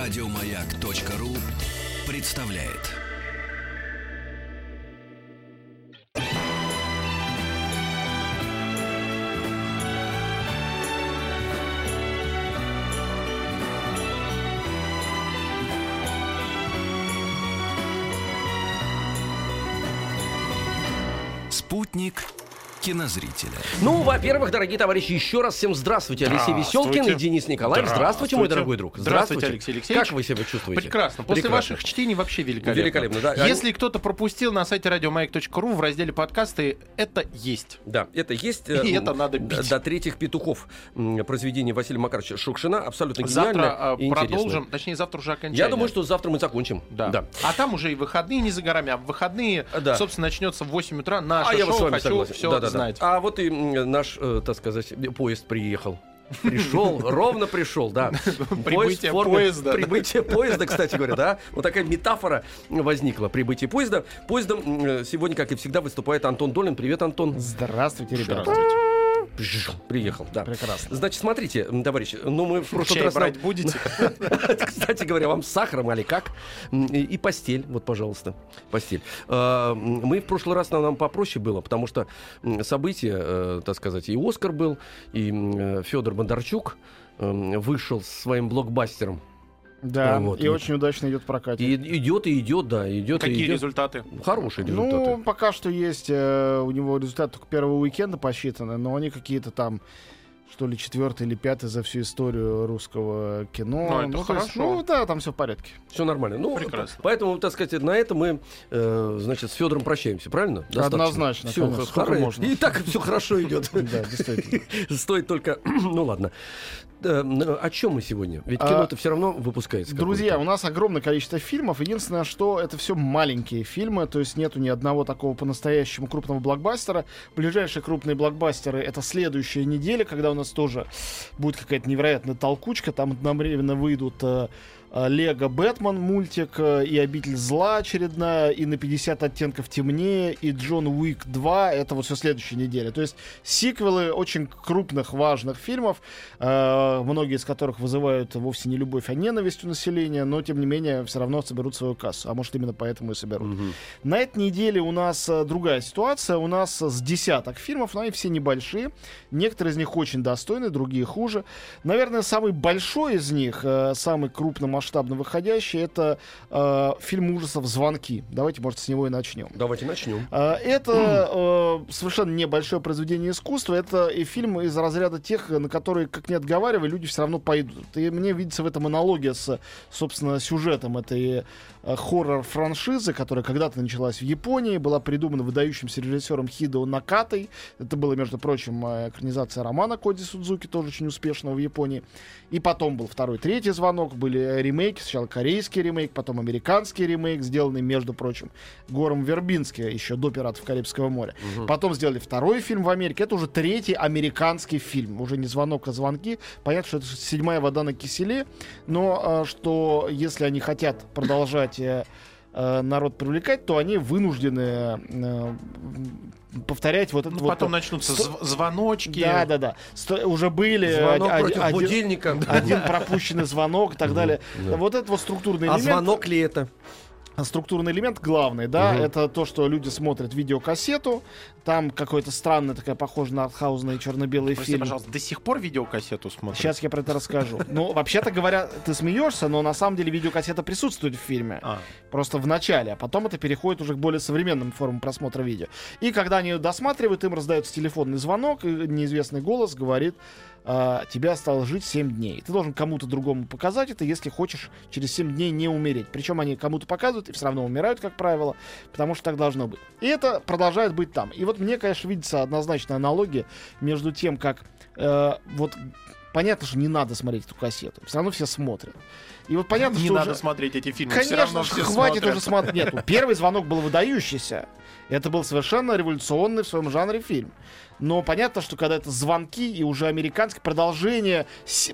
Радиомаяк.ру представляет. Спутник кинозрителя. Ну, во-первых, дорогие товарищи, еще раз всем здравствуйте. Алексей Веселкин и Денис Николаев. Здравствуйте, мой дорогой друг. Здравствуйте, Алексей Алексеевич. Как вы себя чувствуете? Прекрасно. После ваших чтений вообще великолепно. Великолепно, да. Если кто-то пропустил на сайте радиомаяк.ру в разделе подкасты, это есть. Да, это есть. И это надо бить. До третьих петухов. Произведение Василия Макаровича Шукшина. Абсолютно гениально. Завтра и продолжим. интересно. Точнее, завтра уже окончание. Я думаю, что завтра мы закончим. Да. А там уже и выходные не за горами. А в выходные, собственно, начнется в 8 утра наше я с шоу вами «Хочу согласен. все знать». А вот и наш, так сказать, поезд приехал. Пришел, ровно пришел, да. Прибытие поезда. Прибытие поезда, кстати говоря, да. Вот такая метафора возникла. Прибытие поезда. Поездом сегодня, как и всегда, выступает Антон Долин. Привет, Антон. Здравствуйте, ребята. Здравствуйте. Приехал, да. Прекрасно. Значит, смотрите, товарищи, мы в прошлый Чай раз... брать будете? Кстати говоря, вам с сахаром, али как? И постель, вот, пожалуйста, постель. Мы в прошлый раз нам попроще было, потому что события, так сказать, и Оскар был, и Федор Бондарчук вышел со своим блокбастером. Да, Вот, и очень удачно идет в прокате. И идет, да, идет. Какие и идет. результаты? Хорошие результаты. Ну, пока что есть у него результаты только первого уикенда посчитаны, но они какие-то там, что ли, 4-й или 5-й за всю историю русского кино. Ну, это то есть, хорошо. да, там все в порядке. Все нормально. Ну, прекрасно. Поэтому, так сказать, на этом мы, значит, с Федором прощаемся, правильно? Достаточно. Однозначно, Всё, конечно, сколько можно. И так все хорошо идет. Да, действительно. Стоит только... Ну, ладно. О чем мы сегодня? Ведь кино-то все равно выпускается. Друзья, у какое-то. нас огромное количество фильмов. Единственное, что это все маленькие фильмы, то есть нету ни одного такого по-настоящему крупного блокбастера. Ближайшие крупные блокбастеры — это следующая неделя, когда у нас тоже будет какая-то невероятная толкучка. Там одновременно выйдут Лего Бэтмен мультик, и Обитель зла очередная, и на 50 оттенков темнее, и Джон Уик 2. Это вот все следующая неделя. То есть сиквелы очень крупных, важных фильмов, многие из которых вызывают вовсе не любовь, а ненависть у населения, но тем не менее все равно соберут свою кассу. А может, именно поэтому и соберут. На этой неделе у нас другая ситуация. У нас с десяток фильмов, но они все небольшие. Некоторые из них очень достойны, другие хуже. Наверное, самый большой из них, самый крупномасштабный, выходящий, это фильм ужасов «Звонки». Давайте, может, с него и начнем. Давайте начнем. Это совершенно небольшое произведение искусства. Это и фильм из разряда тех, на которые, как не отговаривай, люди все равно пойдут. И мне видится в этом аналогия с, собственно, сюжетом этой хоррор-франшизы, которая когда-то началась в Японии, была придумана выдающимся режиссером Хидео Накатой. Это была, между прочим, экранизация романа Коди Судзуки, тоже очень успешного в Японии. И потом был второй, третий звонок, были ремейки, сначала корейский ремейк, потом американский ремейк, сделанный, между прочим, Гором Вербински, еще до «Пиратов Карибского моря». Потом сделали второй фильм в Америке, это уже третий американский фильм, уже не «Звонок», а «Звонки». Понятно, что это седьмая вода на киселе, но что если они хотят продолжать народ привлекать, то они вынуждены повторять вот это. Потом начнутся звоночки. Да. Уже были Звонок против будильника. один пропущенный звонок и так далее. Вот это вот структурный элемент. А звонок ли это? Структурный элемент главный, да, это то, что люди смотрят видеокассету, там какой-то странный, такая похожая на артхаузный черно-белый Прости, фильм. пожалуйста, до сих пор видеокассету смотрят? Сейчас я про это расскажу. Ну, вообще-то говоря, ты смеешься, но на самом деле видеокассета присутствует в фильме. Просто в начале, а потом это переходит уже к более современным формам просмотра видео. И когда они ее досматривают, им раздается телефонный звонок, и неизвестный голос говорит: тебе осталось жить 7 дней. Ты должен кому-то другому показать это, если хочешь через 7 дней не умереть. Причем они кому-то показывают и все равно умирают, как правило, потому что так должно быть. И это продолжает быть там. И вот мне, конечно, видится однозначная аналогия между тем, как вот понятно, что не надо смотреть эту кассету. Все равно все смотрят. И вот понятно, не что надо уже смотреть эти фильмы. Конечно, все равно все хватит смотрят. уже смотреть. Нет, первый звонок был выдающийся. Это был совершенно революционный в своем жанре фильм. Но понятно, что когда это звонки и уже американское продолжение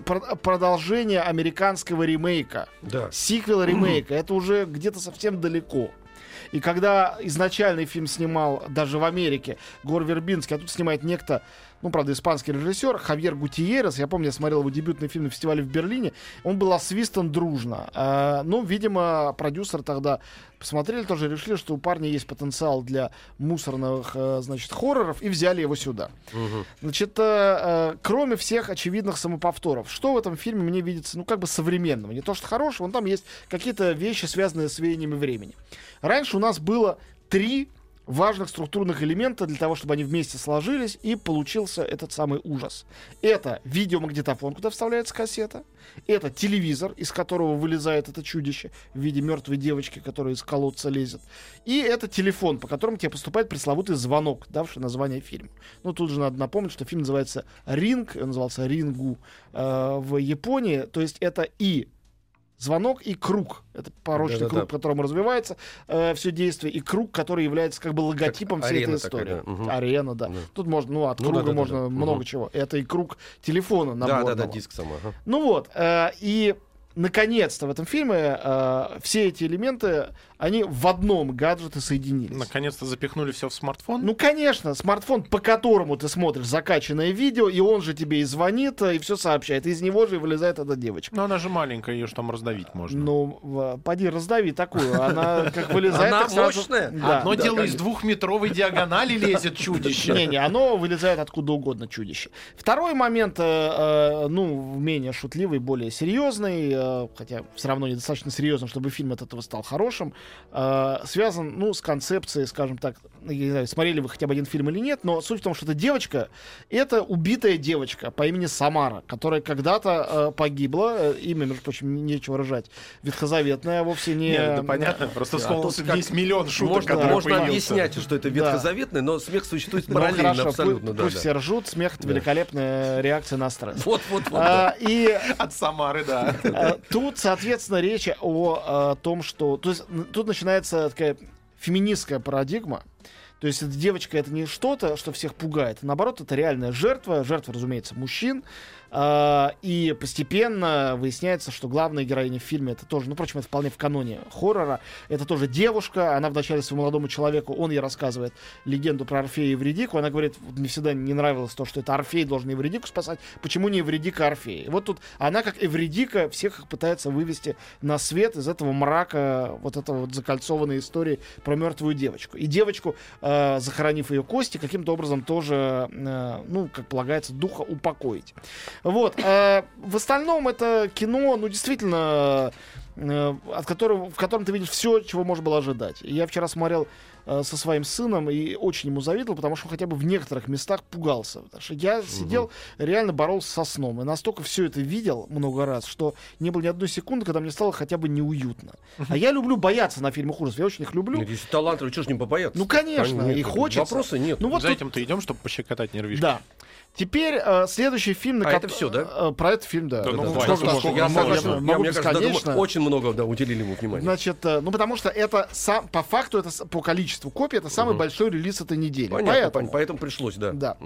американского ремейка, Да. сиквела ремейка, это уже где-то совсем далеко. И когда изначальный фильм снимал даже в Америке Гор Вербинский, а тут снимает некто, ну, правда, испанский режиссер Хавьер Гутиеррес. Я помню, я смотрел его дебютный фильм на фестивале в Берлине. Он был освистан дружно. Ну, видимо, продюсеры тогда посмотрели, тоже решили, что у парня есть потенциал для мусорных, значит, хорроров, и взяли его сюда. Значит, кроме всех очевидных самоповторов, что в этом фильме мне видится, ну, как бы современного? Не то, что хорошего, но там есть какие-то вещи, связанные с веяниями времени. Раньше у нас было 3 важных структурных элемента для того, чтобы они вместе сложились, и получился этот самый ужас. Это видеомагнитофон, куда вставляется кассета. Это телевизор, из которого вылезает это чудище в виде мертвой девочки, которая из колодца лезет. И это телефон, по которому тебе поступает пресловутый звонок, давший название фильму. Ну, тут же надо напомнить, что фильм называется «Ринг», он назывался «Рингу» в Японии. То есть это и звонок, и круг. Это порочный круг, по которому развивается все действие, и круг, который является как бы логотипом всей этой истории. Арена, да. Тут можно, ну, от круга можно много чего. Это и круг телефона наборного. Да, диск сама. Ну вот, и наконец-то в этом фильме все эти элементы, они в одном гаджете соединились. Наконец-то запихнули все в смартфон? Ну, конечно, смартфон, по которому ты смотришь закачанное видео, и он же тебе и звонит, и все сообщает. Из него же и вылезает эта девочка. Но она же маленькая, ее же там раздавить можно. Ну, поди раздави такую. Она как вылезает... Она мощная. Одно дело из 2-метровой диагонали лезет чудище. Не, оно вылезает откуда угодно чудище. Второй момент, ну, менее шутливый, более серьезный, хотя все равно недостаточно серьезным, чтобы фильм от этого стал хорошим, связан, ну, с концепцией, скажем так, я не знаю, смотрели вы хотя бы один фильм или нет, но суть в том, что эта девочка, это убитая девочка по имени Самара, которая когда-то погибла, имя, между прочим, нечего рожать, ветхозаветное, вовсе не... Нет, да понятно, просто вспомнился весь миллион шуток, можно объяснять, что это ветхозаветное, но смех существует параллельно, хорошо, абсолютно. Пусть все ржут, смех — это великолепная реакция на стресс. Вот. И от Самары, да. тут, соответственно, речь о том, что... То есть тут начинается такая феминистская парадигма. То есть эта девочка — это не что-то, что всех пугает. Наоборот, это реальная жертва. Жертва, разумеется, мужчин. И постепенно выясняется, что главная героиня в фильме — это тоже, ну, впрочем, это вполне в каноне хоррора. Это тоже девушка. Она вначале своему молодому человеку, он ей рассказывает легенду про Орфея и Эвридику. Она говорит, мне всегда не нравилось то, что это Орфей должен Эвридику спасать. Почему не Эвридика, а Орфей? И вот тут она, как Эвридика, всех их пытается вывести на свет из этого мрака, вот этого вот закольцованной истории про мертвую девочку. И девочку, захоронив ее кости, каким-то образом тоже, ну, как полагается, духа упокоить. Вот. В остальном это кино, ну, действительно, в котором ты видишь все, чего можно было ожидать. Я вчера смотрел со своим сыном и очень ему завидовал, потому что он хотя бы в некоторых местах пугался. Потому что я сидел, реально боролся со сном. И настолько все это видел много раз, что не было ни одной секунды, когда мне стало хотя бы неуютно. А я люблю бояться на фильмах ужасов. Я очень их люблю. Если талантливый, что ж не побояться? Ну, конечно, и хочется. Вопроса нет. Ну, вот за тут... этим-то идем, чтобы пощекотать нервишки. Да. Теперь следующий фильм... это все, да? Про этот фильм, да. Я согласен. Мне кажется, очень много уделили ему внимания. Значит, ну потому что это по факту, это по количеству копий, это самый большой релиз этой недели. Понятно, поэтому пришлось, да. Да.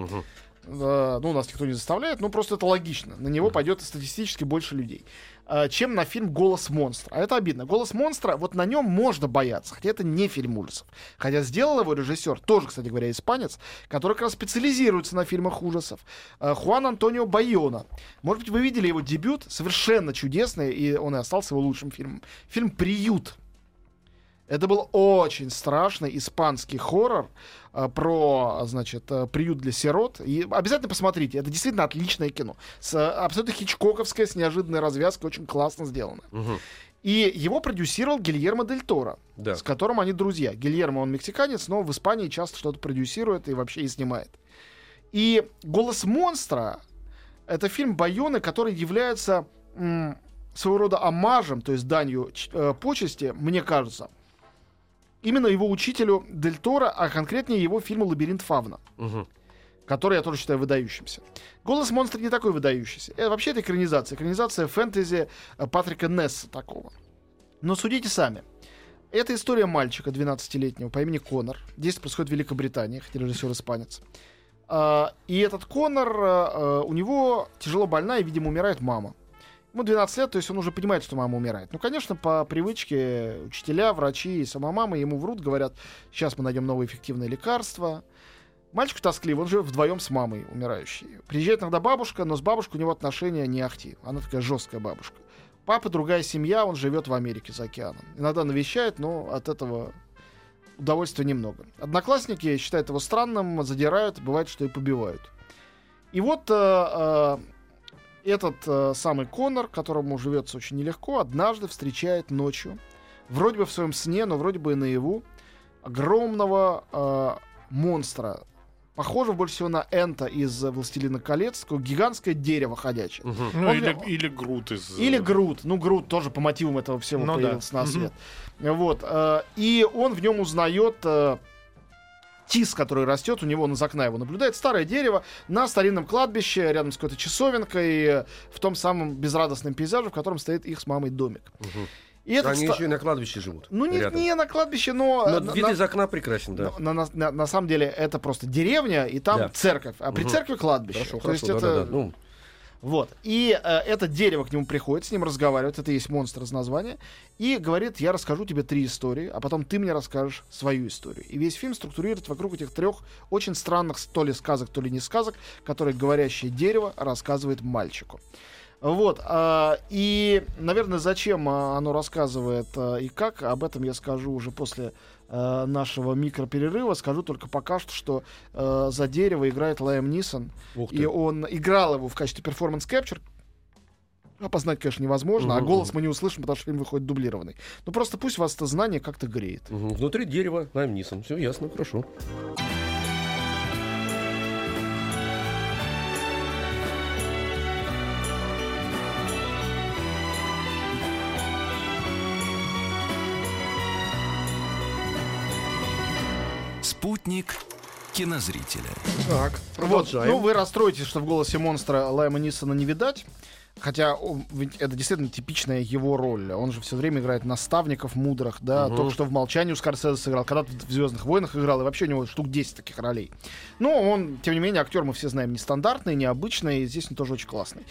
Ну, нас никто не заставляет, но просто это логично. На него пойдет статистически больше людей, чем на фильм «Голос монстра». А это обидно. «Голос монстра», вот на нем можно бояться, хотя это не фильм ужасов. Хотя сделал его режиссер, тоже, кстати говоря, испанец, который как раз специализируется на фильмах ужасов, Хуан Антонио Байона. Может быть, вы видели его дебют, совершенно чудесный, и он и остался его лучшим фильмом. Фильм «Приют». Это был очень страшный испанский хоррор про, значит, приют для сирот. И обязательно посмотрите. Это действительно отличное кино. Абсолютно хичкоковское, с неожиданной развязкой. Очень классно сделано. И его продюсировал Гильермо Дель Торо, с которым они друзья. Гильермо, он мексиканец, но в Испании часто что-то продюсирует и вообще и снимает. И «Голос монстра» — это фильм Байоны, который является своего рода омажем, то есть данью почести, мне кажется, именно его учителю Дель Торо, а конкретнее его фильму «Лабиринт Фавна», который я тоже считаю выдающимся. «Голос монстра» не такой выдающийся. Вообще это экранизация фэнтези Патрика Несса такого. Но судите сами. Это история мальчика 12-летнего по имени Конор. Действие происходит в Великобритании, хотя режиссер испанец. И этот Конор, у него тяжело больна и, видимо, умирает мама. Ему 12 лет, то есть он уже понимает, что мама умирает. Ну, конечно, по привычке учителя, врачи и сама мама ему врут, говорят, сейчас мы найдем новое эффективное лекарство. Мальчик тоскливый, он живет вдвоем с мамой умирающей. Приезжает иногда бабушка, но с бабушкой у него отношения не ахти. Она такая жесткая бабушка. Папа другая семья, он живет в Америке за океаном. Иногда навещает, но от этого удовольствия немного. Одноклассники считают его странным, задирают, бывает, что и побивают. И вот этот самый Коннор, которому живется очень нелегко, однажды встречает ночью, вроде бы в своем сне, но вроде бы и наяву, огромного монстра. Похоже больше всего на Энта из «Властелина колец», такое гигантское дерево ходячее. Ну, или Грут из... Или Грут. Ну, Грут тоже по мотивам этого всего появился на свет. Вот. И он в нем узнает тис, который растет у него, он из окна его наблюдает. Старое дерево на старинном кладбище, рядом с какой-то часовенкой, в том самом безрадостном пейзаже, в котором стоит их с мамой домик. И они еще и на кладбище живут. Ну, не на кладбище, но вид из окна прекрасен, да. На самом деле это просто деревня, и там церковь. А при церкви кладбище. Хорошо, Вот. И это дерево к нему приходит, с ним разговаривает, это и есть монстр из названия, и говорит: я расскажу тебе 3 истории, а потом ты мне расскажешь свою историю. И весь фильм структурирует вокруг этих 3 очень странных то ли сказок, то ли не сказок, которые говорящее дерево рассказывает мальчику. Вот, и, наверное, зачем оно рассказывает и как, об этом я скажу уже после нашего микроперерыва. Скажу только пока что за дерево играет Лайам Нисон, и он играл его в качестве перформанс-кэпчер. Опознать, конечно, невозможно, а голос мы не услышим, потому что фильм выходит дублированный. Ну, просто пусть вас это знание как-то греет. Внутри дерева Лайам Нисон, все ясно, хорошо. Спутник кинозрителя. Так, продолжаем. Вот, вы расстроитесь, что в голосе монстра Лайама Нисона не видать. Хотя ведь это действительно типичная его роль. Он же все время играет наставников мудрых, да. Только что в «Молчании» у Скорсезе сыграл, когда-то в «Звездных войнах» играл, и вообще у него штук 10 таких ролей. Но он, тем не менее, актер, мы все знаем, нестандартный, необычный, и здесь он тоже очень классный.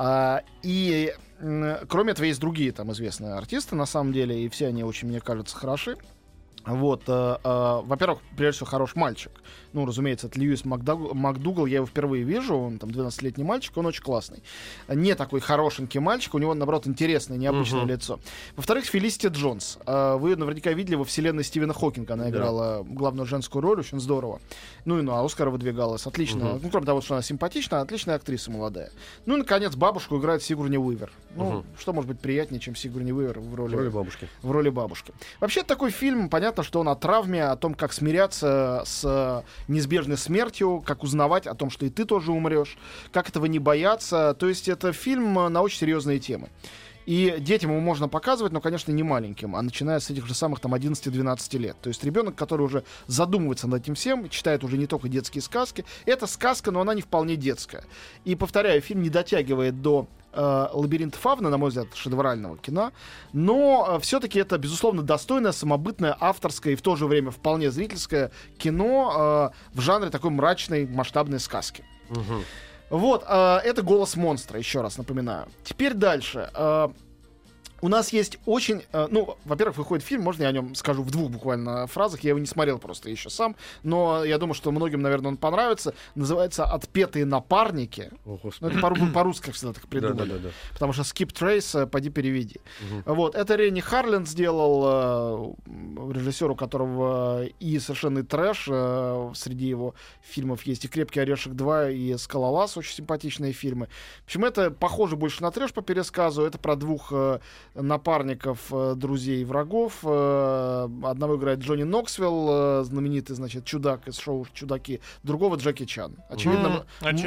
И кроме этого есть другие там известные артисты, на самом деле, и все они очень, мне кажется, хороши. Вот, во-первых, прежде всего, хорош мальчик. Ну, разумеется, это Льюис МакДугал, я его впервые вижу, он там 12-летний мальчик, он очень классный. Не такой хорошенький мальчик, у него, наоборот, интересное, необычное лицо. Во-вторых, Фелисити Джонс. Вы наверняка видели во вселенной Стивена Хокинга, она играла главную женскую роль, очень здорово. Ну и на Оскара выдвигалась, отлично. Ну, кроме того, что она симпатичная, отличная актриса молодая. Ну и, наконец, бабушку играет Сигурни Уивер. Ну, что может быть приятнее, чем Сигурни Уивер в роли бабушки. В роли бабушки. Вообще, такой фильм, понятно, что он о травме, о том, как смиряться с неизбежной смертью, как узнавать о том, что и ты тоже умрешь, как этого не бояться. То есть это фильм на очень серьезные темы. И детям его можно показывать, но, конечно, не маленьким, а начиная с этих же самых там 11-12 лет. То есть ребенок, который уже задумывается над этим всем, читает уже не только детские сказки. Это сказка, но она не вполне детская. И, повторяю, фильм не дотягивает до «Лабиринт Фавна», на мой взгляд, шедеврального кино, но все-таки это, безусловно, достойное, самобытное, авторское и в то же время вполне зрительское кино в жанре такой мрачной, масштабной сказки. Вот, это «Голос монстра», еще раз напоминаю. Теперь дальше. У нас есть очень... Ну, во-первых, выходит фильм, можно я о нем скажу в 2 буквально фразах, я его не смотрел просто еще сам, но я думаю, что многим, наверное, он понравится. Называется «Отпетые напарники». Ну, это по-русски, как всегда, так придумали. Да. Потому что «Skip Trace», поди переведи. Вот, это Ренни Харлин сделал, режиссер, у которого и совершенный трэш, среди его фильмов есть и «Крепкий орешек 2», и «Скалолаз», очень симпатичные фильмы. В общем, это похоже больше на трэш по пересказу, это про 2 напарников, друзей и врагов. Одного играет Джонни Ноксвилл, знаменитый, значит, чудак из шоу «Чудаки», другого Джеки Чан. Очевидно,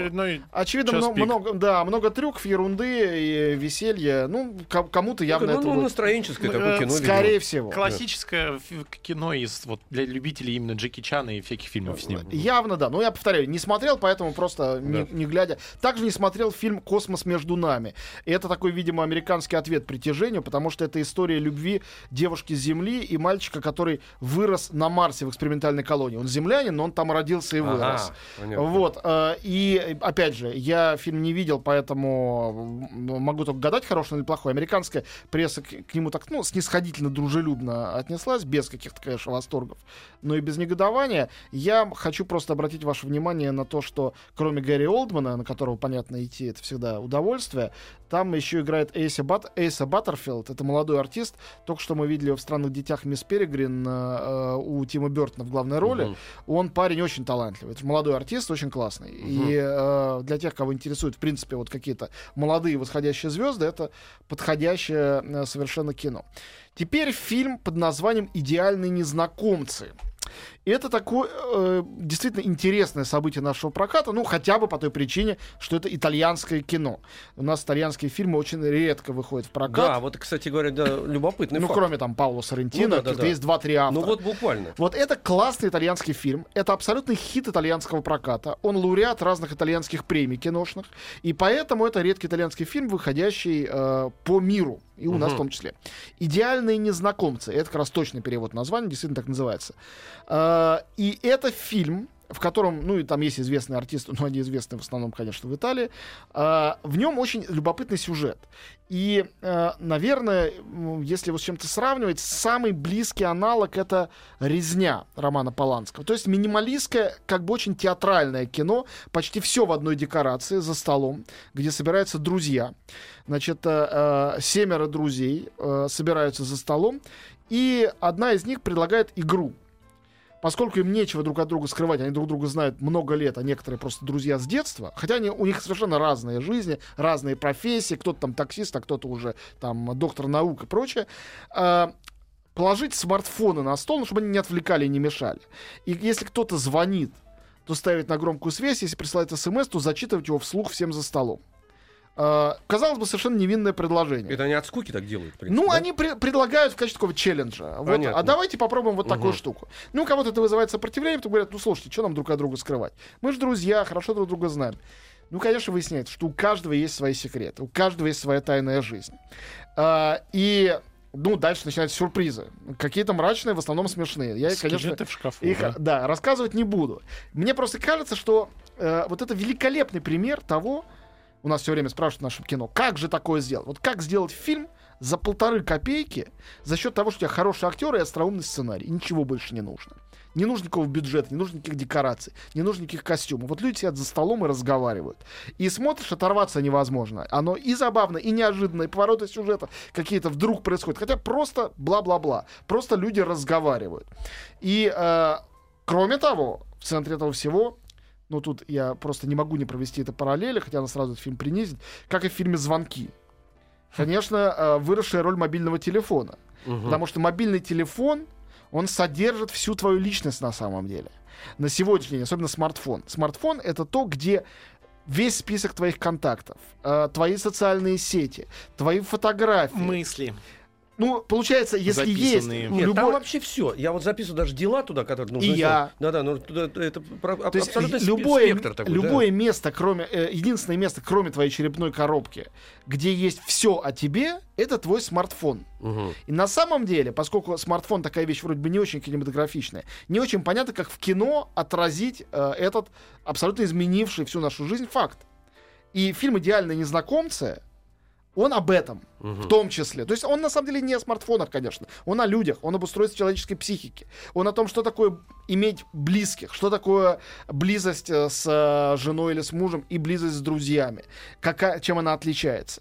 много трюков, ерунды и веселья. Ну, кому-то явно это будет настроенческое такое кино. Скорее всего. Классическое кино из, вот, для любителей именно Джеки Чана и всяких фильмов с ним. Явно, да. Но я повторяю, не смотрел, поэтому просто не глядя. Также не смотрел фильм «Космос между нами». И это такой, видимо, американский ответ «Притяжения», сожалению, потому что это история любви девушки с Земли и мальчика, который вырос на Марсе в экспериментальной колонии. Он землянин, но он там родился и вырос. Вот. И, опять же, я фильм не видел, поэтому могу только гадать, хороший или плохой. Американская пресса к нему так, снисходительно, дружелюбно отнеслась, без каких-то, конечно, восторгов, но и без негодования. Я хочу просто обратить ваше внимание на то, что кроме Гэри Олдмана, на которого, понятно, идти это всегда удовольствие, там еще играет Эйса Баттерфилд. Это молодой артист. Только что мы видели его в «Странных детях» Мисс Перегрин у Тима Бёртона в главной роли. Он парень очень талантливый. Это молодой артист, очень классный. И для тех, кого интересует, в принципе, вот какие-то молодые восходящие звезды, это подходящее совершенно кино. Теперь фильм под названием «Идеальные незнакомцы». И это такое действительно интересное событие нашего проката, хотя бы по той причине, что это итальянское кино. У нас итальянские фильмы очень редко выходят в прокат. Да, вот, кстати говоря, любопытный факт. Кроме там Пауло Соррентино, есть 2-3 автора. Вот буквально. Вот это классный итальянский фильм, это абсолютный хит итальянского проката. Он лауреат разных итальянских премий киношных, и поэтому это редкий итальянский фильм, выходящий по миру. И у нас в том числе. «Идеальные незнакомцы». Это как раз точный перевод названия, действительно так называется. И это фильм, в котором, и там есть известные артисты, но они известны в основном, конечно, в Италии. В нем очень любопытный сюжет. И, наверное, если его с чем-то сравнивать, самый близкий аналог — это «Резня» Романа Поланского. То есть минималистское, как бы очень театральное кино, почти все в одной декорации, за столом, где собираются друзья. Значит, 7 друзей собираются за столом, и одна из них предлагает игру. Поскольку им нечего друг от друга скрывать, они друг друга знают много лет, а некоторые просто друзья с детства, хотя у них совершенно разные жизни, разные профессии, кто-то там таксист, а кто-то уже там доктор наук и прочее, положить смартфоны на стол, чтобы они не отвлекали и не мешали. И если кто-то звонит, то ставить на громкую связь, если присылает смс, то зачитывать его вслух всем за столом. Казалось бы, совершенно невинное предложение. Это они от скуки так делают, в принципе, да? Они предлагают в качестве такого челленджа. Вот, а давайте попробуем вот такую штуку. Кого-то это вызывает сопротивление, то говорят, слушайте, что нам друг от друга скрывать? Мы же друзья, хорошо друг друга знаем. Конечно, выясняется, что у каждого есть свои секреты, у каждого есть своя тайная жизнь. И дальше начинаются сюрпризы. Какие-то мрачные, в основном смешные. Я, конечно, в шкафу, их рассказывать не буду. Мне просто кажется, что вот это великолепный пример того, у нас все время спрашивают в нашем кино, как же такое сделать? Вот как сделать фильм за 1,5 копейки за счет того, что у тебя хороший актер и остроумный сценарий. И ничего больше не нужно. Не нужно никакого бюджета, не нужно никаких декораций, не нужно никаких костюмов. Вот люди сидят за столом и разговаривают. И смотришь, оторваться невозможно. Оно и забавно, и неожиданно, и повороты сюжета какие-то вдруг происходят. Хотя просто бла-бла-бла. Просто люди разговаривают. И кроме того, в центре этого всего... тут я просто не могу не провести это параллели, хотя она сразу этот фильм принизит, как и в фильме «Звонки». Конечно, выросшая роль мобильного телефона. Потому что мобильный телефон, он содержит всю твою личность на самом деле. На сегодняшний день, особенно смартфон. Смартфон — это то, где весь список твоих контактов, твои социальные сети, твои фотографии. Мысли. Получается, если записанные. есть... Нет, там вообще все. Я вот записываю даже дела туда, которые нужно... И я. Да-да, это абсолютно любое, такой. Любое место, единственное место, кроме твоей черепной коробки, где есть все о тебе, это твой смартфон. И на самом деле, поскольку смартфон такая вещь вроде бы не очень кинематографичная, не очень понятно, как в кино отразить этот абсолютно изменивший всю нашу жизнь факт. И фильм «Идеальные незнакомцы», он об этом, в том числе. То есть он на самом деле не о смартфонах, конечно. Он о людях, он об устройстве человеческой психики. Он о том, что такое иметь близких, что такое близость с женой или с мужем и близость с друзьями. Чем она отличается.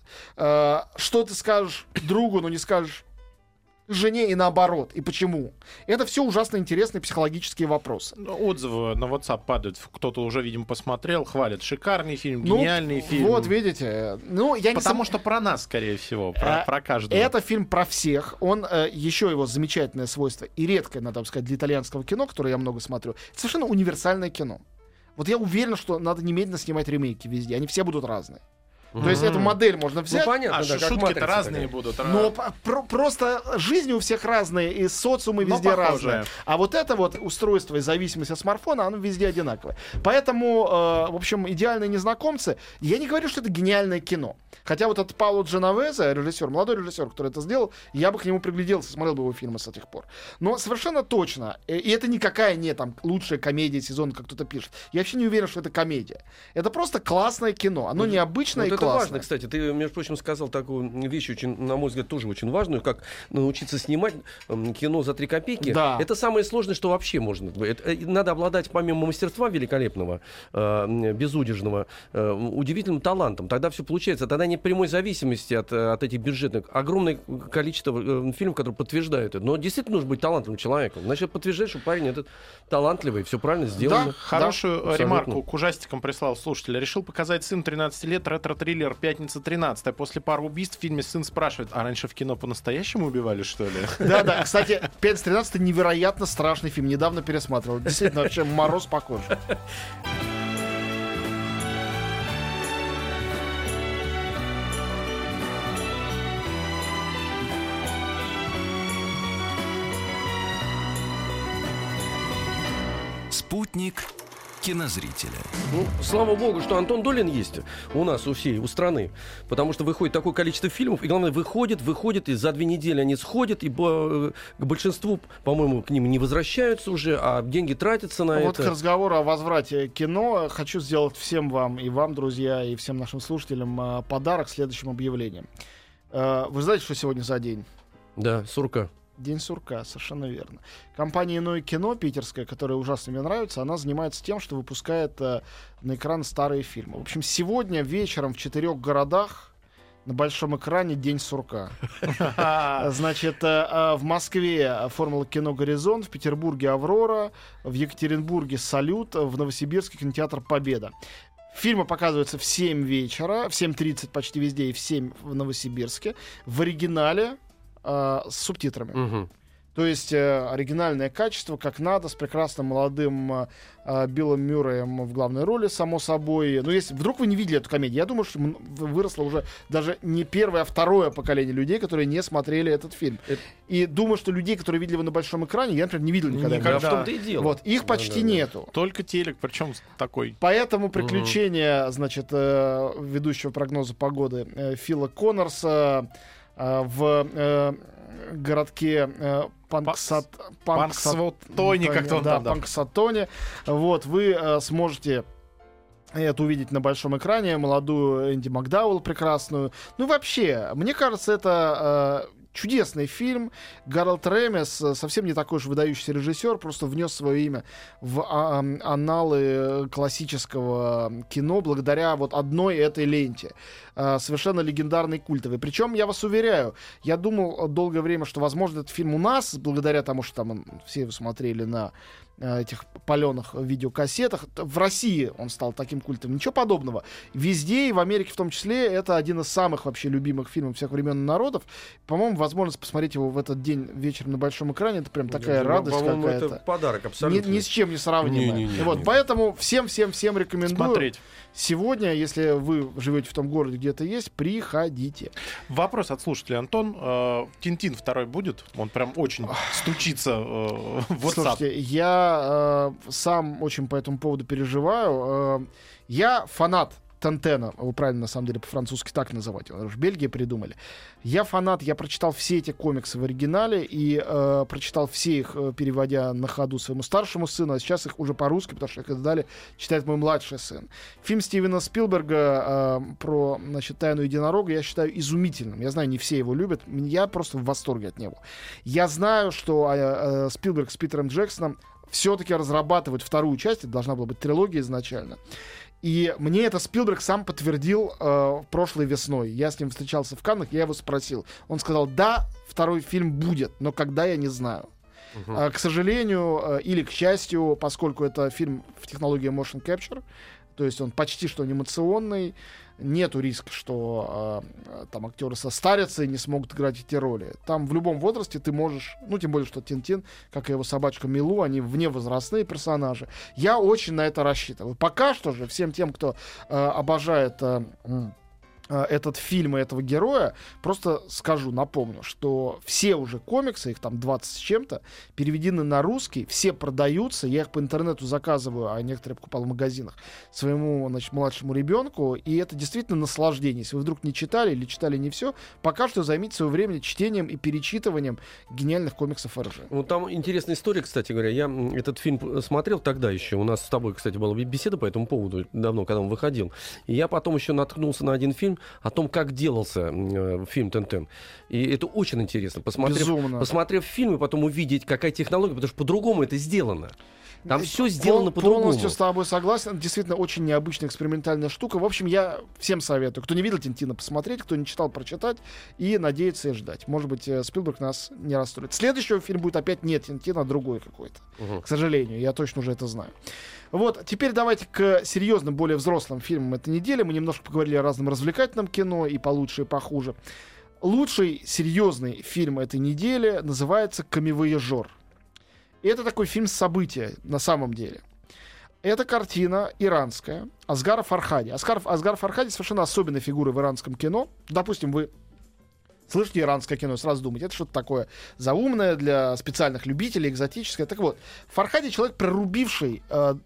Что ты скажешь другу, но не скажешь жене и наоборот. И почему? Это все ужасно интересные психологические вопросы. Отзывы на WhatsApp падают. Кто-то уже, видимо, посмотрел, хвалит. Шикарный фильм, гениальный фильм. Вот, видите. Потому что про нас, скорее всего, про каждого. Это фильм про всех. Он, еще его замечательное свойство, и редкое, надо сказать, для итальянского кино, которое я много смотрю, это совершенно универсальное кино. Вот я уверен, что надо немедленно снимать ремейки везде. Они все будут разные. То есть эту модель можно взять. Понятно, да, шутки-то разные будут. Но просто жизни у всех разные, и социумы везде разные. А вот это вот устройство и зависимость от смартфона, оно везде одинаковое. Поэтому, в общем, «Идеальные незнакомцы», я не говорю, что это гениальное кино. Хотя вот этот Пауло Дженовезе, режиссер, молодой режиссер, который это сделал, я бы к нему пригляделся, смотрел бы его фильмы с тех пор. Но совершенно точно, и это никакая не там лучшая комедия сезона, как кто-то пишет. Я вообще не уверен, что это комедия. Это просто классное кино. Оно необычное и это классное. важно, кстати. Ты, между прочим, сказал такую вещь, очень, на мой взгляд, тоже очень важную, как научиться снимать кино за 3 копейки. Да. Это самое сложное, что вообще можно. Надо обладать, помимо мастерства великолепного, безудержного, удивительным талантом. Тогда все получается. Тогда нет прямой зависимости от этих бюджетных. Огромное количество фильмов, которые подтверждают это. Но действительно нужно быть талантливым человеком. Значит, подтверждает, что парень этот талантливый, все правильно сделано. Да, хорошую да, ремарку к ужастикам прислал слушатель. Решил показать сын 13 лет ретро-триллер «Пятница 13». После пары убийств в фильме сын спрашивает, а раньше в кино по-настоящему убивали, что ли? Да. Кстати, «Пятница 13» невероятно страшный фильм. Недавно пересматривал. Действительно, вообще мороз по коже. Спутник кинозрителя. Ну, слава богу, что Антон Долин есть у нас, у всей, у страны. Потому что выходит такое количество фильмов, и главное, выходит, и за 2 недели они сходят, и к большинству, по-моему, к ним не возвращаются уже, а деньги тратятся на Вот это. к разговору о возврате кино хочу сделать всем вам, и вам, друзья, и всем нашим слушателям подарок следующим объявлением. Вы знаете, что сегодня за день? Да, сурка. День сурка, совершенно верно. Компания «Иное кино» питерская, которая ужасно мне нравится, она занимается тем, что выпускает на экран старые фильмы. В общем, сегодня вечером в 4 городах на большом экране День сурка. Значит, в Москве «Формула кино Горизонт», в Петербурге «Аврора», в Екатеринбурге «Салют», в Новосибирске кинотеатр «Победа». Фильмы показываются в 7 вечера, в 7:30 почти везде и в 7 в Новосибирске. В оригинале с субтитрами. Угу. То есть оригинальное качество, как надо, с прекрасным молодым Биллом Мюрреем в главной роли, само собой. Но если вдруг вы не видели эту комедию, я думаю, что выросло уже даже не первое, а второе поколение людей, которые не смотрели этот фильм. И думаю, что людей, которые видели его на большом экране, я, например, не видел никогда. Да, в том-то и дело. Вот, их почти нету. Только телек, причем такой. Поэтому приключения, значит, ведущего прогноза погоды Фила Коннорса в городке Панксаттоне, как-то он там. Панксаттоне. Вот, вы сможете это увидеть на большом экране. Молодую Энди Макдауэлл прекрасную. Ну, вообще, мне кажется, это чудесный фильм. Гарольд Ремес, совсем не такой уж выдающийся режиссер, просто внес свое имя в анналы классического кино благодаря вот одной этой ленте. Совершенно легендарный, культовый. Причем, я вас уверяю, я думал долгое время, что, возможно, этот фильм у нас, благодаря тому, что там все его смотрели на этих паленых видеокассетах. В России он стал таким культовым. Ничего подобного. Везде, и в Америке в том числе, это один из самых вообще любимых фильмов всех времен и народов. По-моему, возможность посмотреть его в этот день вечером на большом экране, это прям такая радость какая-то. Это подарок абсолютно. Ни с чем не сравнимая. Вот, поэтому всем рекомендую. Смотреть. Сегодня, если вы живете в том городе, где это есть, приходите. Вопрос от слушателя. Антон, Тинтин второй будет? Он прям очень стучится в WhatsApp. Слушайте, я сам очень по этому поводу переживаю. Я фанат Тентена, его правильно на самом деле по-французски так называть, его в Бельгии придумали. Я фанат, я прочитал все эти комиксы в оригинале и прочитал все их, переводя на ходу своему старшему сыну, а сейчас их уже по-русски, потому что их дали, читает мой младший сын. Фильм Стивена Спилберга про, значит, «Тайну единорога» я считаю изумительным. Я знаю, не все его любят, я просто в восторге от него. Я знаю, что Спилберг с Питером Джексоном все-таки разрабатывают вторую часть, это должна была быть трилогия изначально. И мне это Спилберг сам подтвердил прошлой весной. Я с ним встречался в Каннах, я его спросил. Он сказал, да, второй фильм будет, но когда, я не знаю. К сожалению, или к счастью, поскольку это фильм в технологии motion capture, то есть он почти что анимационный, нету риска, что там актеры состарятся и не смогут играть эти роли. Там в любом возрасте ты можешь, ну, тем более, что Тинтин, как и его собачка Милу, они вневозрастные персонажи. Я очень на это рассчитываю. Пока что же всем тем, кто обожает этот фильм и этого героя, просто скажу, напомню, что все уже комиксы, их там 20 с чем-то, переведены на русский, все продаются, я их по интернету заказываю, а некоторые покупал в магазинах, своему, значит, младшему ребенку, и это действительно наслаждение. Если вы вдруг не читали или читали не все, пока что займите свое время чтением и перечитыванием гениальных комиксов РЖ. Вот там интересная история, кстати говоря. Я этот фильм смотрел тогда еще. У нас с тобой, кстати, была беседа по этому поводу давно, когда он выходил. И я потом еще наткнулся на один фильм о том, как делался фильм «Тин-Тин». И это очень интересно. Посмотрев фильм и потом увидеть, какая технология, потому что по-другому это сделано. Там все сделано по-другому. Полностью с тобой согласен. Действительно, очень необычная экспериментальная штука. В общем, я всем советую. Кто не видел «Тинтина», посмотреть. Кто не читал, прочитать. И надеяться и ждать. Может быть, Спилберг нас не расстроит. Следующий фильм будет опять не «Тинтин», а другой какой-то. К сожалению. Я точно уже это знаю. Вот, теперь давайте к серьезным, более взрослым фильмам этой недели. Мы немножко поговорили о разном развлекательном кино, и получше, и похуже. Лучший серьезный фильм этой недели называется «Камевояжер». И это такой фильм события на самом деле. Это картина иранская Асгара Фархади. Асгар Фархади совершенно особенная фигура в иранском кино. Допустим, вы слышите иранское кино, сразу думаете, это что-то такое заумное для специальных любителей, экзотическое. Так вот, Фархади — человек, прорубивший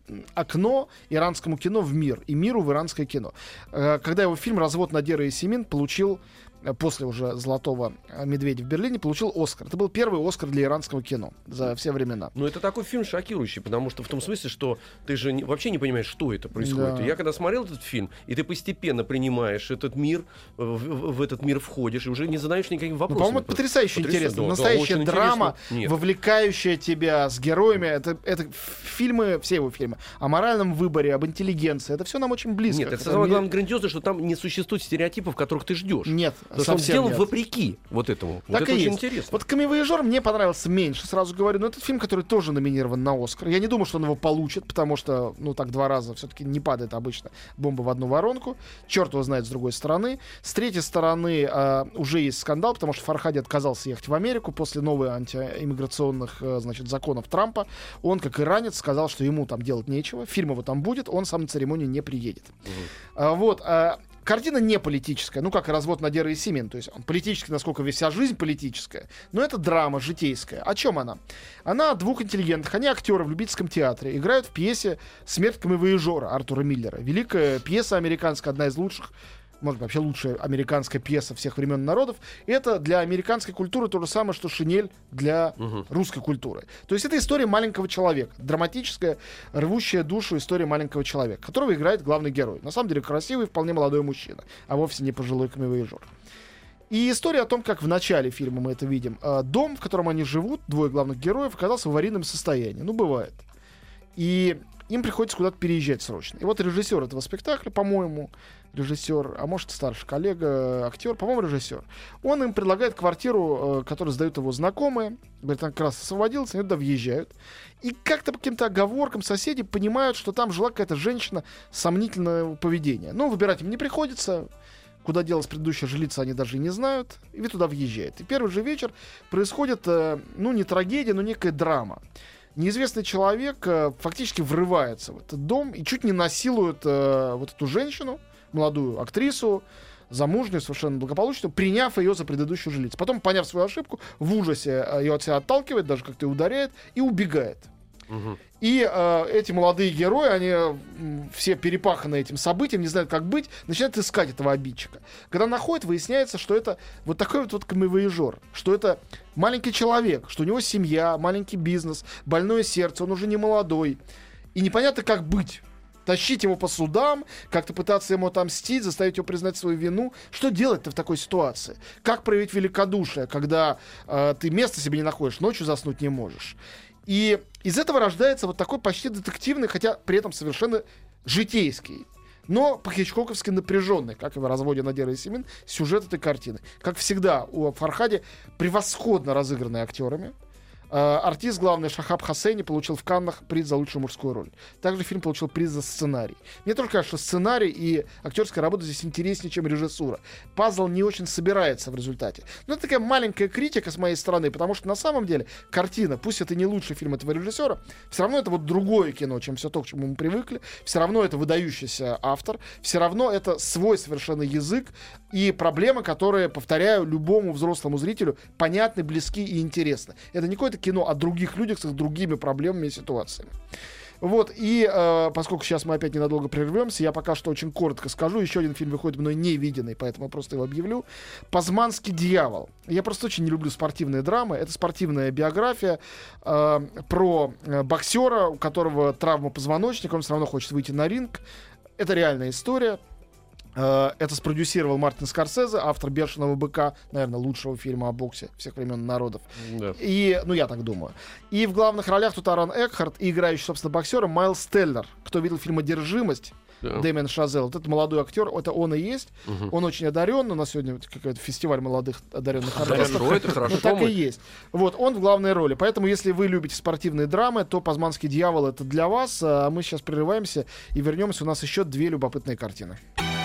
окно иранскому кино в мир и миру в иранское кино. Когда его фильм «Развод Надера и Семин» получил, после уже «Золотого медведя» в Берлине, получил Оскар. Это был первый Оскар для иранского кино за все времена. Но это такой фильм шокирующий, потому что в том смысле, что ты же вообще не понимаешь, что это происходит. Да. Я когда смотрел этот фильм, и ты постепенно принимаешь этот мир, в этот мир входишь, и уже не задаешь никаких вопросов. По-моему, это потрясающе интересно. Да, настоящая да, драма, интересно. вовлекающая тебя с героями. Это фильмы, все его фильмы, о моральном выборе, об интеллигенции. Это все нам очень близко. Нет, это самое главное грандиозно, что там не существует стереотипов, которых ты ждешь. Нет, потому что он совсем сделан нет. вопреки вот этому. Так вот это и очень есть. интересно. Вот «Камевояжер» мне понравился меньше, сразу говорю. Но это фильм, который тоже номинирован на Оскар. Я не думаю, что он его получит, потому что, ну, так 2 раза все-таки не падает обычно бомба в одну воронку. Черт его знает с другой стороны. С третьей стороны уже есть скандал, потому что Фархади отказался ехать в Америку после новых антииммиграционных, значит, законов Трампа. Он, как иранец, сказал, что ему там делать нечего. Фильм его там будет, он сам на церемонию не приедет. Картина не политическая, ну как и «Развод Надеры и Семин», то есть он политический, насколько вся жизнь политическая, но это драма житейская. О чем она? Она о 2 интеллигентах, они актеры в любительском театре, играют в пьесе «Смерть камевояжера» Артура Миллера. Великая пьеса американская, одна из лучших, может быть, вообще лучшая американская пьеса всех времен и народов. Это для американской культуры то же самое, что шинель для русской культуры. То есть это история маленького человека. Драматическая, рвущая душу история маленького человека, которого играет главный герой. На самом деле красивый, вполне молодой мужчина, а вовсе не пожилой камевояжер. И история о том, как в начале фильма мы это видим. Дом, в котором они живут, 2 главных героев, оказался в аварийном состоянии. Ну, бывает. И им приходится куда-то переезжать срочно. И вот режиссер этого спектакля, по-моему, режиссер, а может, старший коллега, актер, по-моему, режиссер, он им предлагает квартиру, которую сдают его знакомые. Говорит, он как раз освободился, они туда въезжают. И как-то по каким-то оговоркам соседи понимают, что там жила какая-то женщина сомнительного поведения. Но выбирать им не приходится. Куда делась предыдущая жилица, они даже и не знают. И ведь туда въезжает. И первый же вечер происходит, ну, не трагедия, но некая драма. Неизвестный человек фактически врывается в этот дом и чуть не насилует вот эту женщину, молодую актрису, замужнюю, совершенно благополучную, приняв ее за предыдущую жилицу. Потом, поняв свою ошибку, в ужасе ее от себя отталкивает, даже как-то ударяет и убегает. И эти молодые герои, они все перепаханы этим событием, не знают, как быть, начинают искать этого обидчика. Когда находят, выясняется, что это вот такой вот камевояжер, что это маленький человек, что у него семья, маленький бизнес, больное сердце, он уже не молодой. И непонятно, как быть. Тащить его по судам, как-то пытаться ему отомстить, заставить его признать свою вину. Что делать-то в такой ситуации? Как проявить великодушие, когда ты места себе не находишь, ночью заснуть не можешь? И из этого рождается вот такой почти детективный, хотя при этом совершенно житейский, но по-хичкоковски напряженный, как и в «Разводе Надеры и Семин», сюжет этой картины. Как всегда, у Фархади превосходно разыгранные актерами. Артист главный Шахаб Хоссейни получил в Каннах приз за лучшую мужскую роль. Также фильм получил приз за сценарий. Мне тоже кажется, что сценарий и актерская работа здесь интереснее, чем режиссура. Пазл не очень собирается в результате. Но это такая маленькая критика с моей стороны, потому что на самом деле картина, пусть это не лучший фильм этого режиссера, все равно это вот другое кино, чем все то, к чему мы привыкли. Все равно это выдающийся автор. Все равно это свой совершенно язык и проблемы, которые, повторяю, любому взрослому зрителю понятны, близки и интересны. Это не какое-то кино о других людях с их другими проблемами и ситуациями. Вот, и поскольку сейчас мы опять ненадолго прервемся, я пока что очень коротко скажу. Еще один фильм выходит мной не виденный, поэтому я просто его объявлю. «Пазманский дьявол». Я просто очень не люблю спортивные драмы. Это спортивная биография про боксера, у которого травма позвоночника, он все равно хочет выйти на ринг. Это реальная история. Это спродюсировал Мартин Скорсезе, автор «Бешеного быка», наверное, лучшего фильма о боксе всех времен и народов. Да. И, ну, я так думаю. И в главных ролях тут Аарон Экхарт и играющий, собственно, боксера Майлз Теллер. Кто видел фильм «Одержимость», Дэмиан Шазел. Вот это молодой актер, это он и есть. Он очень одарен. У нас сегодня какой-то фестиваль молодых одаренных артистов. Это хорошо. Ну, так и есть. Вот, он в главной роли. Поэтому, если вы любите спортивные драмы, то «Пазманский дьявол» — это для вас. А мы сейчас прерываемся и вернемся. У нас еще 2 любопытные картины.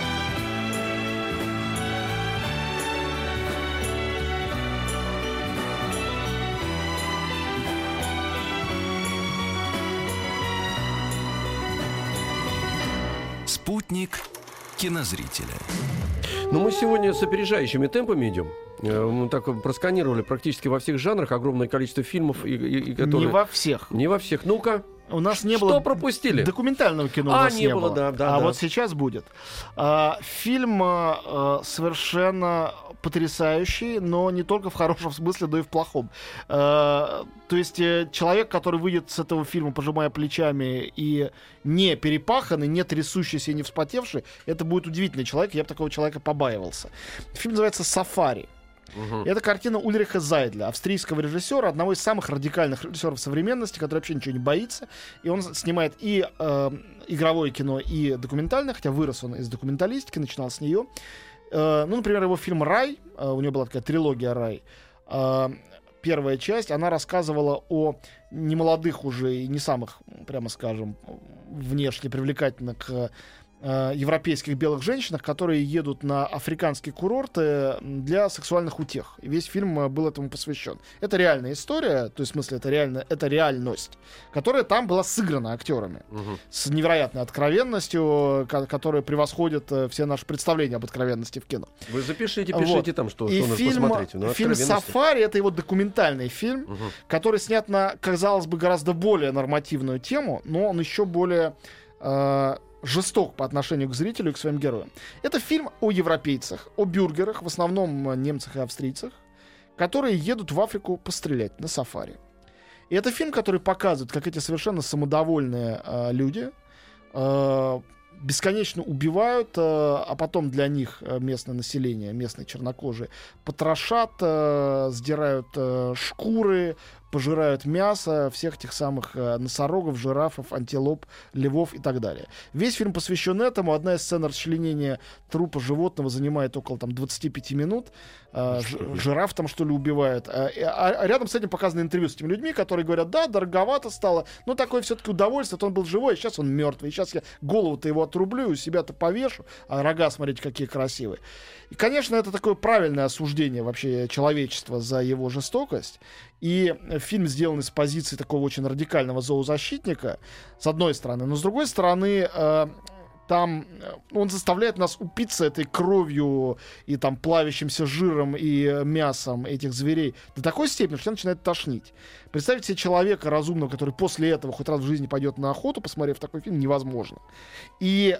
Спутник кинозрителя. Но мы сегодня с опережающими темпами идем. Мы так просканировали практически во всех жанрах огромное количество фильмов, и которые... Не во всех. Не во всех. Ну-ка. У нас не что было пропустили? Документального кино у нас не было. Да, вот сейчас будет. Фильм совершенно потрясающий, но не только в хорошем смысле, но и в плохом. То есть человек, который выйдет с этого фильма, пожимая плечами и не перепаханный, не трясущийся и не вспотевший, это будет удивительный человек. Я бы такого человека побаивался. Фильм называется «Сафари». Это картина Ульриха Зайдля, австрийского режиссера, одного из самых радикальных режиссеров современности, который вообще ничего не боится. И он снимает и игровое кино, и документальное, хотя вырос он из документалистики, начинал с нее. Ну, например, его фильм «Рай», у него была такая трилогия «Рай», первая часть, она рассказывала о немолодых уже и не самых, прямо скажем, внешне привлекательных европейских белых женщинах, которые едут на африканские курорты для сексуальных утех. И весь фильм был этому посвящен. Это реальная история, то есть в смысле это реальность, которая там была сыграна актерами с невероятной откровенностью, которая превосходит все наши представления об откровенности в кино. Вы запишите, пишите там, что и нужно фильм, посмотреть. Ну, фильм «Сафари» — это его документальный фильм, который снят на, казалось бы, гораздо более нормативную тему, но он еще более жесток по отношению к зрителю и к своим героям. Это фильм о европейцах, о бюргерах, в основном немцах и австрийцах, которые едут в Африку пострелять на сафари. И это фильм, который показывает, как эти совершенно самодовольные люди бесконечно убивают, а потом для них местное население, местные чернокожие, потрошат, сдирают шкуры, пожирают мясо всех тех самых носорогов, жирафов, антилоп, львов и так далее. Весь фильм посвящен этому. Одна из сцен расчленения трупа животного занимает около 25 минут. Жираф там, что ли, убивает. А рядом с этим показано интервью с этими людьми, которые говорят: да, дороговато стало, но такое все-таки удовольствие. Он был живой, а сейчас он мертвый. И сейчас я голову-то его отрублю, у себя-то повешу, а рога, смотрите, какие красивые. И, конечно, это такое правильное осуждение вообще человечества за его жестокость. И фильм сделан из позиции такого очень радикального зоозащитника, с одной стороны. Но с другой стороны, там он заставляет нас упиться этой кровью и там плавящимся жиром и мясом этих зверей до такой степени, что начинает тошнить. Представить себе человека разумного, который после этого хоть раз в жизни пойдет на охоту, посмотрев такой фильм, невозможно. И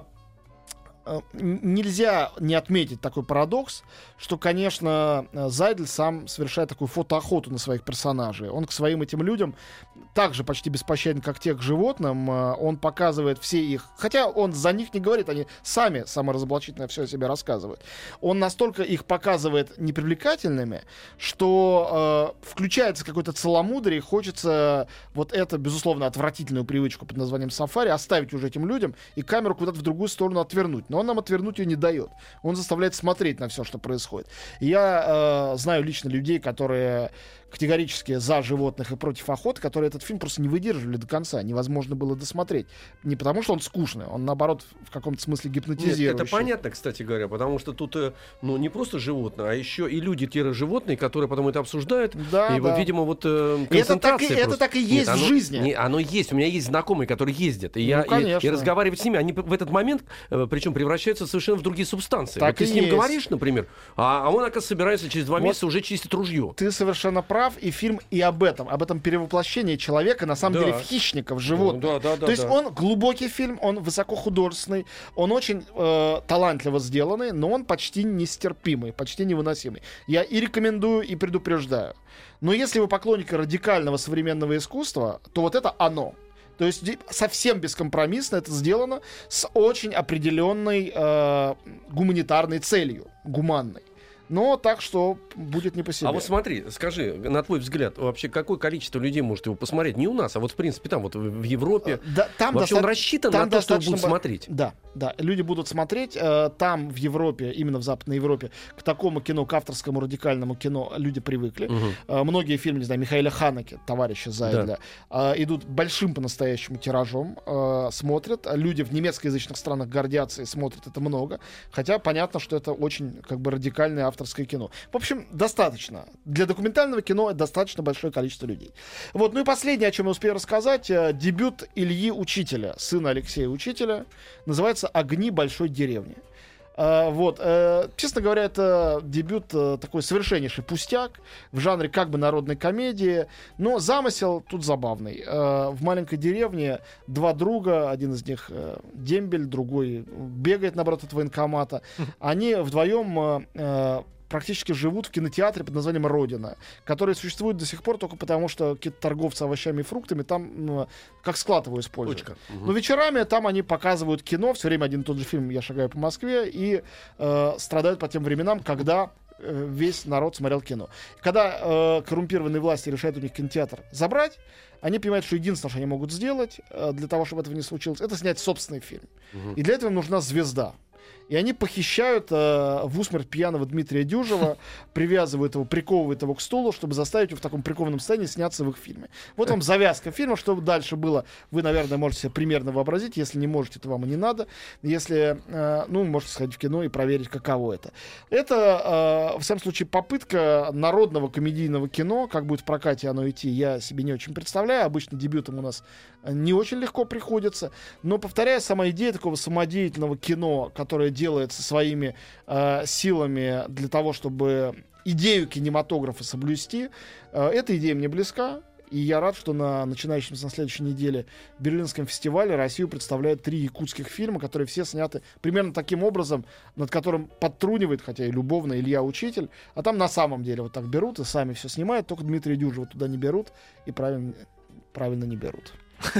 нельзя не отметить такой парадокс, что, конечно, Зайдель сам совершает такую фотоохоту на своих персонажей. Он к своим этим людям также почти беспощаден, как те к животным. Он показывает все их... Хотя он за них не говорит, они сами саморазоблачительно все о себе рассказывают. Он настолько их показывает непривлекательными, что включается какое-то целомудрие, и хочется вот эту, безусловно, отвратительную привычку под названием «Сафари» оставить уже этим людям и камеру куда-то в другую сторону отвернуть. Но он нам отвернуть ее не дает. Он заставляет смотреть на все, что происходит. Я знаю лично людей, которые категорически за животных и против охоты, которые этот фильм просто не выдерживали до конца. Невозможно было досмотреть. Не потому, что он скучный, он, наоборот, в каком-то смысле гипнотизирующий. Нет, это понятно, кстати говоря, потому что тут не просто животные, а еще и люди-животные, которые потом это обсуждают. Да, и, да. видимо, концентрация это так и есть в жизни. Оно есть. У меня есть знакомые, которые ездят. И конечно. И разговаривать с ними, они в этот момент, причем, превращаются совершенно в другие субстанции. Так вот ты и с ним есть. говоришь, например, а он, оказывается, собирается через 2 месяца уже чистить ружье. Ты совершенно прав, и фильм и об этом перевоплощении человека, на самом деле, в хищника, в животных. То есть он глубокий фильм, он высокохудожественный, он очень талантливо сделанный, но он почти нестерпимый, почти невыносимый. Я и рекомендую, и предупреждаю. Но если вы поклонник радикального современного искусства, то вот это оно. То есть совсем бескомпромиссно это сделано с очень определенной гуманитарной целью, гуманной. Но так, что будет не по себе. А вот смотри, скажи, на твой взгляд, вообще какое количество людей может его посмотреть? Не у нас, а вот в принципе там вот в Европе. Там вообще он рассчитан на то, что будут смотреть? Да, люди будут смотреть. Там в Европе, именно в Западной Европе, к такому кино, к авторскому радикальному кино люди привыкли. Многие фильмы, не знаю, Михаэля Ханеке, товарища Зайдля, идут большим по-настоящему тиражом, смотрят. Люди в немецкоязычных странах гордятся и смотрят это много. Хотя понятно, что это очень радикальное авторское кино. В общем, достаточно. Для документального кино достаточно большое количество людей. Вот. Ну и последнее, о чем я успею рассказать. Дебют Ильи Учителя, сына Алексея Учителя. Называется «Огни большой деревни». Честно говоря, это дебют такой совершеннейший пустяк в жанре народной комедии, но замысел тут забавный. В маленькой деревне 2 друга, один из них дембель, другой бегает, наоборот, от военкомата. Они вдвоем практически живут в кинотеатре под названием «Родина», который существует до сих пор только потому, что какие-то торговцы овощами и фруктами там как склад его используют. Но вечерами там они показывают кино, все время один и тот же фильм «Я шагаю по Москве», и страдают по тем временам, когда весь народ смотрел кино. Когда коррумпированные власти решают у них кинотеатр забрать, они понимают, что единственное, что они могут сделать для того, чтобы этого не случилось, это снять собственный фильм. И для этого им нужна звезда. И они похищают в усмерть пьяного Дмитрия Дюжева, привязывают его, приковывают его к стулу, чтобы заставить его в таком прикованном состоянии сняться в их фильме. Вот вам завязка фильма. Что дальше было, вы, наверное, можете себе примерно вообразить. Если не можете, то вам и не надо. Если, можете сходить в кино и проверить, каково это. Это, в всяком случае, попытка народного комедийного кино. Как будет в прокате оно идти, я себе не очень представляю. Обычно дебютом у нас не очень легко приходится. Но, повторяю, сама идея такого самодеятельного кино, которое делается своими силами для того, чтобы идею кинематографа соблюсти, эта идея мне близка. И я рад, что на начинающемся на следующей неделе Берлинском фестивале Россию представляют 3 якутских фильма, которые все сняты примерно таким образом, над которым подтрунивает, хотя и любовно, Илья Учитель. А там на самом деле вот так берут и сами все снимают, только Дмитрия Дюжева туда не берут и правильно не берут.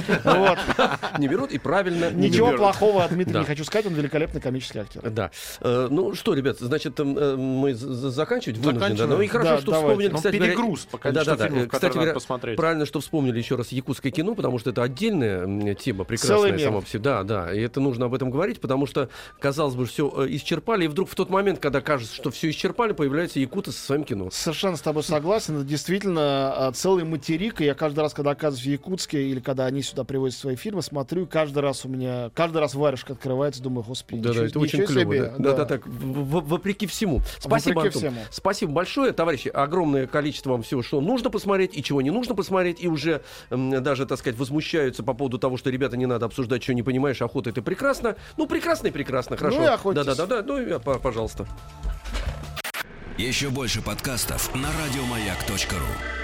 Не берут и правильно не берут. Ничего плохого о Дмитрии не хочу сказать, он великолепный комический актер. Да. Ну что, ребят, значит, мы заканчивать вынуждены. Ну и хорошо, что вспомнили, кстати говоря... перегруз по количеству фильмов, которые надо посмотреть. Правильно, что вспомнили еще раз якутское кино, потому что это отдельная тема, прекрасная сама по себе. Да, и это нужно об этом говорить, потому что, казалось бы, все исчерпали, и вдруг в тот момент, когда кажется, что все исчерпали, появляются якуты со своим кино. Совершенно с тобой согласен. Это действительно целый материк, и я каждый раз, когда оказываюсь в Якутске, или когда они сюда привозят свои фильмы, смотрю, каждый раз варежка открывается, думаю, господи, да, это очень клево. Да, так, вопреки всему. Спасибо, Антон. Спасибо большое, товарищи. Огромное количество вам всего, что нужно посмотреть и чего не нужно посмотреть, и уже даже, так сказать, возмущаются по поводу того, что, ребята, не надо обсуждать, что не понимаешь, охота это прекрасно. Ну, прекрасно и прекрасно, хорошо. Ну и охотитесь. Да, ну и пожалуйста. Еще больше подкастов на радиомаяк.ру.